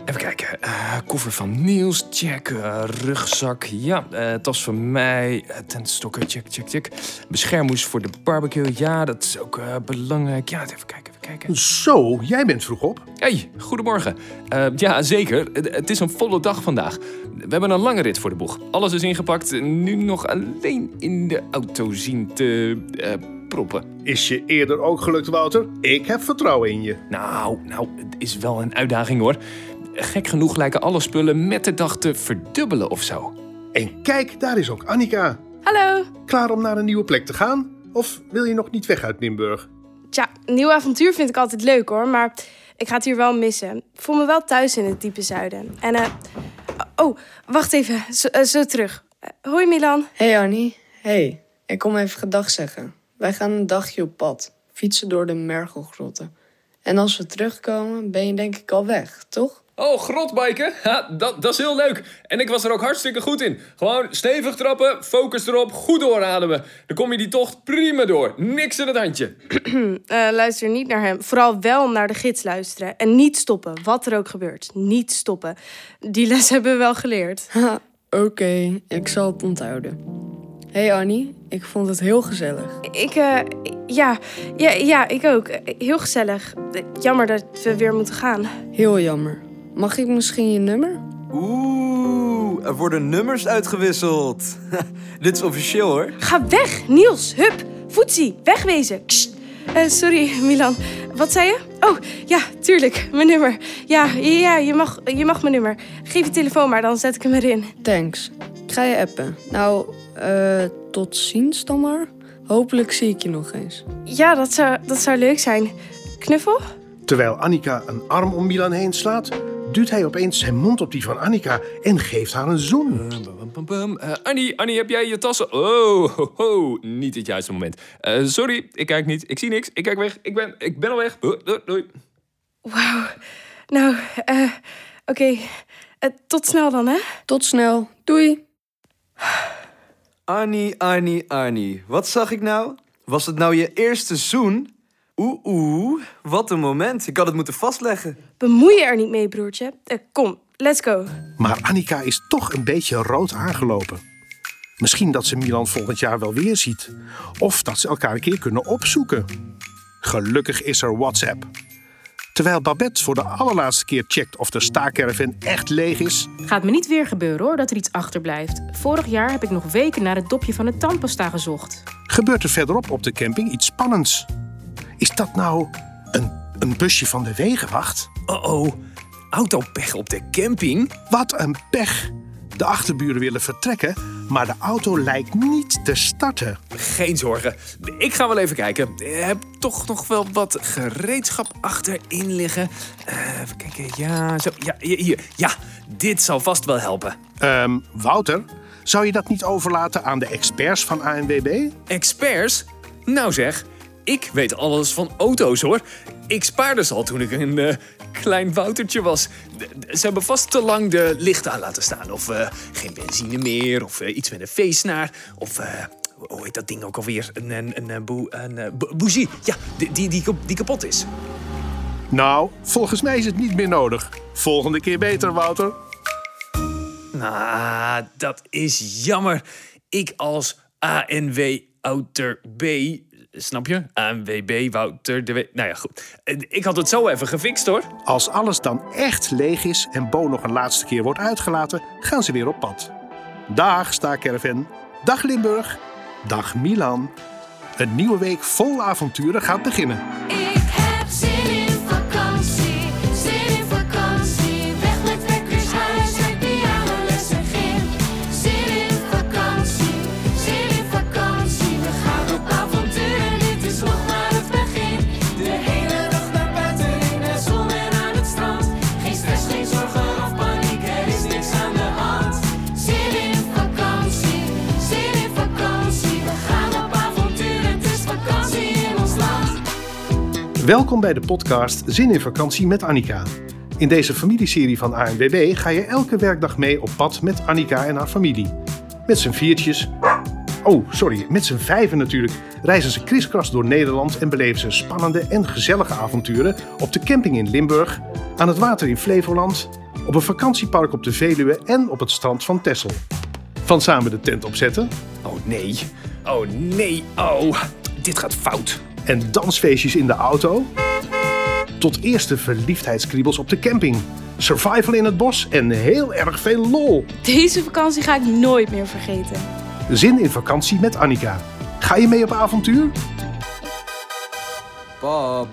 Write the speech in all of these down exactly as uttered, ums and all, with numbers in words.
Even kijken. Uh, koffer van Niels, check. Uh, rugzak, ja. Uh, tas van mij. Uh, tentstokken, check, check, check. Beschermhoes voor de barbecue, ja, dat is ook uh, belangrijk. Ja, even kijken, even kijken. Zo, jij bent vroeg op. Hey, goedemorgen. Uh, ja, zeker. Het, het is een volle dag vandaag. We hebben een lange rit voor de boeg. Alles is ingepakt. Nu nog alleen in de auto zien te uh, proppen. Is je eerder ook gelukt, Wouter? Ik heb vertrouwen in je. Nou, nou, het is wel een uitdaging, hoor. Gek genoeg lijken alle spullen met de dag te verdubbelen of zo. En kijk, daar is ook Annika. Hallo. Klaar om naar een nieuwe plek te gaan? Of wil je nog niet weg uit Limburg? Tja, een nieuw avontuur vind ik altijd leuk, hoor. Maar ik ga het hier wel missen. Ik voel me wel thuis in het diepe zuiden. En, eh... Uh, oh, wacht even. Zo, uh, zo terug. Uh, hoi, Milan. Hey, Annie. Hey, ik kom even gedag zeggen. Wij gaan een dagje op pad. Fietsen door de Mergelgrotten. En als we terugkomen, ben je denk ik al weg, toch? Oh, grotbiken? Ja, dat, dat is heel leuk. En ik was er ook hartstikke goed in. Gewoon stevig trappen, focus erop, goed doorademen. Dan kom je die tocht prima door. Niks in het handje. uh, luister niet naar hem. Vooral wel naar de gids luisteren. En niet stoppen, wat er ook gebeurt. Niet stoppen. Die les hebben we wel geleerd. Oké, okay, ik zal het onthouden. Hey Annie, ik vond het heel gezellig. Ik, uh, ja, ja, ja, ik ook. Heel gezellig. Jammer dat we weer moeten gaan. Heel jammer. Mag ik misschien je nummer? Oeh, er worden nummers uitgewisseld. Dit is officieel, hoor. Ga weg, Niels. Hup, Foetsie, wegwezen. Uh, sorry, Milan. Wat zei je? Oh, ja, tuurlijk, mijn nummer. Ja, ja je, mag, je mag mijn nummer. Geef je telefoon maar, dan zet ik hem erin. Thanks. Ik ga je appen. Nou, uh, tot ziens dan maar. Hopelijk zie ik je nog eens. Ja, dat zou, dat zou leuk zijn. Knuffel? Terwijl Annika een arm om Milan heen slaat, duwt hij opeens zijn mond op die van Annika en geeft haar een zoen. Uh, bum, bum, bum. Uh, Annie, Annie, heb jij je tassen? Oh, ho, ho. Niet het juiste moment. Uh, sorry, ik kijk niet. Ik zie niks. Ik kijk weg. Ik ben, ik ben al weg. Doei, doei, doei. Wauw. Nou, uh, oké. Okay. Uh, tot snel dan, hè? Tot snel. Doei. Annie, Annie, Annie. Wat zag ik nou? Was het nou je eerste zoen? Oeh, oeh. Wat een moment. Ik had het moeten vastleggen. Bemoei je er niet mee, broertje. Uh, kom, let's go. Maar Annika is toch een beetje rood aangelopen. Misschien dat ze Milan volgend jaar wel weer ziet. Of dat ze elkaar een keer kunnen opzoeken. Gelukkig is er WhatsApp. Terwijl Babette voor de allerlaatste keer checkt of de staakerven echt leeg is. Gaat me niet weer gebeuren, hoor, dat er iets achterblijft. Vorig jaar heb ik nog weken naar het dopje van de tandpasta gezocht. Gebeurt er verderop op de camping iets spannends? Is dat nou een, een busje van de wegenwacht? Oh-oh, autopech op de camping? Wat een pech. De achterburen willen vertrekken, maar de auto lijkt niet te starten. Geen zorgen, ik ga wel even kijken. Ik heb toch nog wel wat gereedschap achterin liggen. Uh, even kijken, ja, zo, ja, hier. Ja, dit zal vast wel helpen. Um, Wouter, zou je dat niet overlaten aan de experts van A N W B? Experts? Nou zeg, ik weet alles van auto's, hoor. Ik spaarde ze al toen ik een uh, klein Woutertje was. Ze hebben vast te lang de lichten aan laten staan. Of uh, geen benzine meer. Of uh, iets met een veesnaar. Of, uh, hoe heet dat ding ook alweer? Een, een, een, een, boe, een uh, bo- bougie. Ja, die, die, die, die kapot is. Nou, volgens mij is het niet meer nodig. Volgende keer beter, Wouter. Nou, dat is jammer. Ik als A N W-auter B... Snap je? A N W B, Wouter, de W... Nou ja, goed. Ik had het zo even gefixt, hoor. Als alles dan echt leeg is en Bo nog een laatste keer wordt uitgelaten, gaan ze weer op pad. Dag, staakerven. Dag, Limburg. Dag, Milan. Een nieuwe week vol avonturen gaat beginnen. Ik heb zin in vakantie, zin in vakantie. Weg met wekkers, huis uit, pianolessen, gym. Zin in vakantie, zin in vakantie. We gaan op avontuur en dit is nog maar het begin. De hele dag naar buiten in de zon en aan het strand. Geen stress, geen zorgen of paniek, er is niks aan de hand. Zin in vakantie, zin in vakantie. We gaan op avontuur, het is vakantie in ons land. Welkom bij de podcast Zin in vakantie met Annika. In deze familieserie van A N W B ga je elke werkdag mee op pad met Annika en haar familie. Met z'n viertjes... Oh, sorry, met z'n vijven natuurlijk... reizen ze kriskras door Nederland en beleven ze spannende en gezellige avonturen op de camping in Limburg, aan het water in Flevoland op een vakantiepark op de Veluwe en op het strand van Texel. Van samen de tent opzetten Oh nee. Oh nee. Oh, dit gaat fout. en dansfeestjes in de auto, tot eerste verliefdheidskriebels op de camping, survival in het bos en heel erg veel lol. Deze vakantie ga ik nooit meer vergeten. Zin in vakantie met Annika. Ga je mee op avontuur? Pap.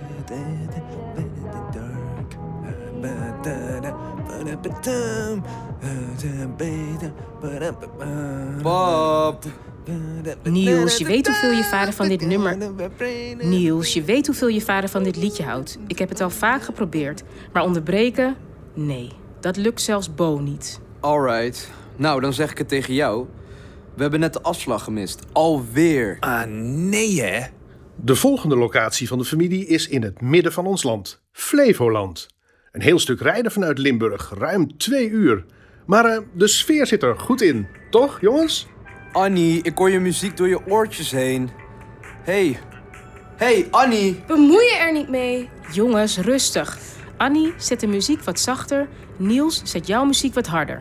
Pap. Niels, je weet hoeveel je vader van dit nummer... Niels, je weet hoeveel je vader van dit liedje houdt. Ik heb het al vaak geprobeerd. Maar onderbreken? Nee, dat lukt zelfs Bo niet. Alright. Nou, dan zeg ik het tegen jou. We hebben net de afslag gemist. Alweer. Ah, nee hè. De volgende locatie van de familie is in het midden van ons land, Flevoland. Een heel stuk rijden vanuit Limburg, ruim twee uur. Maar uh, de sfeer zit er goed in, toch jongens? Annie, ik hoor je muziek door je oortjes heen. Hey. Hey, Annie. Bemoei je er niet mee. Jongens, rustig. Annie, zet de muziek wat zachter. Niels, zet jouw muziek wat harder.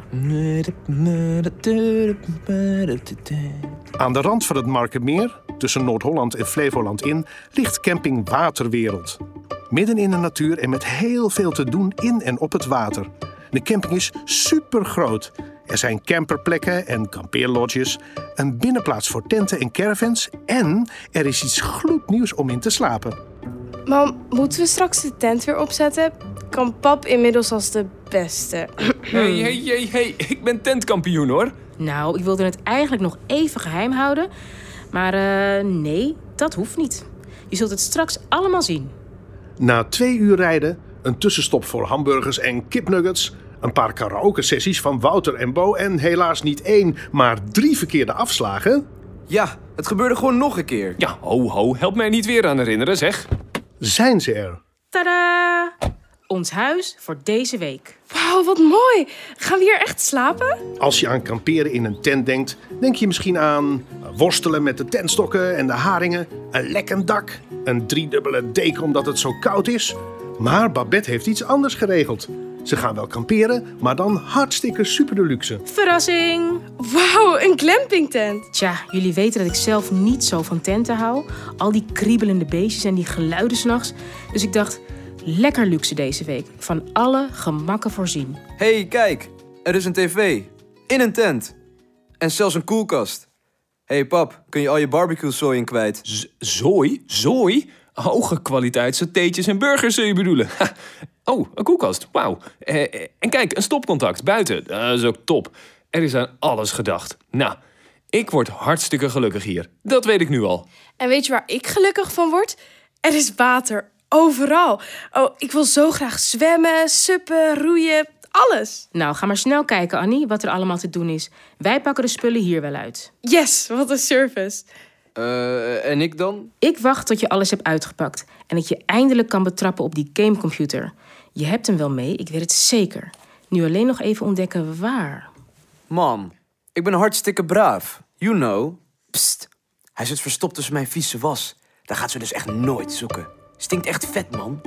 Aan de rand van het Markermeer, tussen Noord-Holland en Flevoland in, ligt camping Waterwereld. Midden in de natuur en met heel veel te doen in en op het water. De camping is super groot. Er zijn camperplekken en kampeerlodges, een binnenplaats voor tenten en caravans en er is iets gloednieuws om in te slapen. Mam, moeten we straks de tent weer opzetten? Kan pap inmiddels als de beste. Hey, hey, hey, hey. Ik ben tentkampioen hoor. Nou, ik wilde het eigenlijk nog even geheim houden. Maar uh, nee, dat hoeft niet. Je zult het straks allemaal zien. Na twee uur rijden, een tussenstop voor hamburgers en kipnuggets, een paar karaoke-sessies van Wouter en Bo en helaas niet één, maar drie verkeerde afslagen, Ja, het gebeurde gewoon nog een keer. Ja, ho, ho. Help mij niet weer aan herinneren, zeg. zijn ze er. Tadaa! Ons huis voor deze week. Wauw, wat mooi. Gaan we hier echt slapen? Als je aan kamperen in een tent denkt, denk je misschien aan worstelen met de tentstokken en de haringen, een lekkend dak, een driedubbele deken omdat het zo koud is. Maar Babette heeft iets anders geregeld. Ze gaan wel kamperen, maar dan hartstikke super deluxe. Verrassing! Wauw, een glampingtent. Tja, jullie weten dat ik zelf niet zo van tenten hou. Al die kriebelende beestjes en die geluiden 's nachts. Dus ik dacht, lekker luxe deze week. Van alle gemakken voorzien. Hey, kijk. Er is een tv. In een tent. En zelfs een koelkast. Hey pap, kun je al je barbecue-zooi in kwijt? Z- zooi? Zooi? Hoge kwaliteit satéetjes en burgers, zul je bedoelen. Ha. Oh, een koelkast. Wauw. Eh, en kijk, een stopcontact buiten. Dat is ook top. Er is aan alles gedacht. Nou, ik word hartstikke gelukkig hier. Dat weet ik nu al. En weet je waar ik gelukkig van word? Er is water. Overal. Oh, ik wil zo graag zwemmen, suppen, roeien. Alles. Nou, ga maar snel kijken, Annie, wat er allemaal te doen is. Wij pakken de spullen hier wel uit. Yes, wat een service. Eh, en ik dan? Ik wacht tot je alles hebt uitgepakt. En dat je eindelijk kan betrappen op die gamecomputer. Je hebt hem wel mee, ik weet het zeker. Nu alleen nog even ontdekken waar. Mam, ik ben hartstikke braaf. You know. Psst. Hij zit verstopt tussen mijn vieze was. Daar gaat ze dus echt nooit zoeken. Stinkt echt vet, man.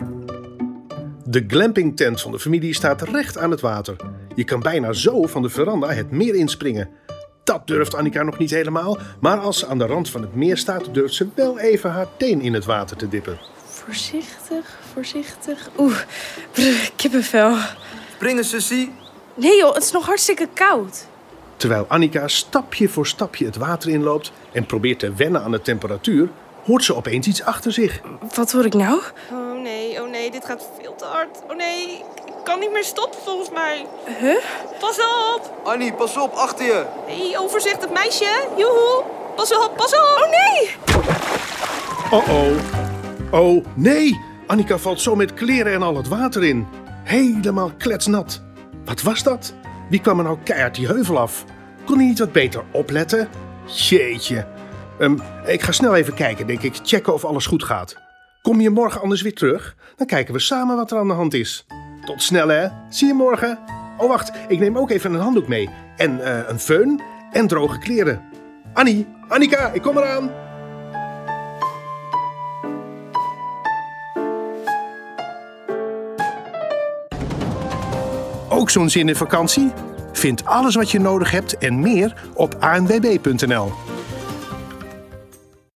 De glampingtent van de familie staat recht aan het water. Je kan bijna zo van de veranda het meer inspringen. Dat durft Annika nog niet helemaal, maar als ze aan de rand van het meer staat, durft ze wel even haar teen in het water te dippen. Voorzichtig, voorzichtig. Oeh, brr, kippenvel. Springen, sussie. Nee joh, het is nog hartstikke koud. Terwijl Annika stapje voor stapje het water inloopt en probeert te wennen aan de temperatuur, hoort ze opeens iets achter zich. Wat hoor ik nou? Oh nee, oh nee, dit gaat veel te hard. Oh nee, ik kan niet meer stoppen volgens mij. Huh? Pas op! Annie, pas op, achter je. Hey, overzichtig meisje. Joehoe. Pas op, pas op. Oh nee! Oh oh. Oh nee, Annika valt zo met kleren en al het water in. Helemaal kletsnat. Wat was dat? Wie kwam er nou keihard die heuvel af? Kon hij niet wat beter opletten? Jeetje. Um, ik ga snel even kijken, denk ik. Checken of alles goed gaat. Kom je morgen anders weer terug? Dan kijken we samen wat er aan de hand is. Tot snel, hè? Zie je morgen? Oh, wacht. Ik neem ook even een handdoek mee. En uh, een föhn en droge kleren. Annie, Annika, ik kom eraan. Ook zo'n zin in vakantie? Vind alles wat je nodig hebt en meer op a n w b punt n l.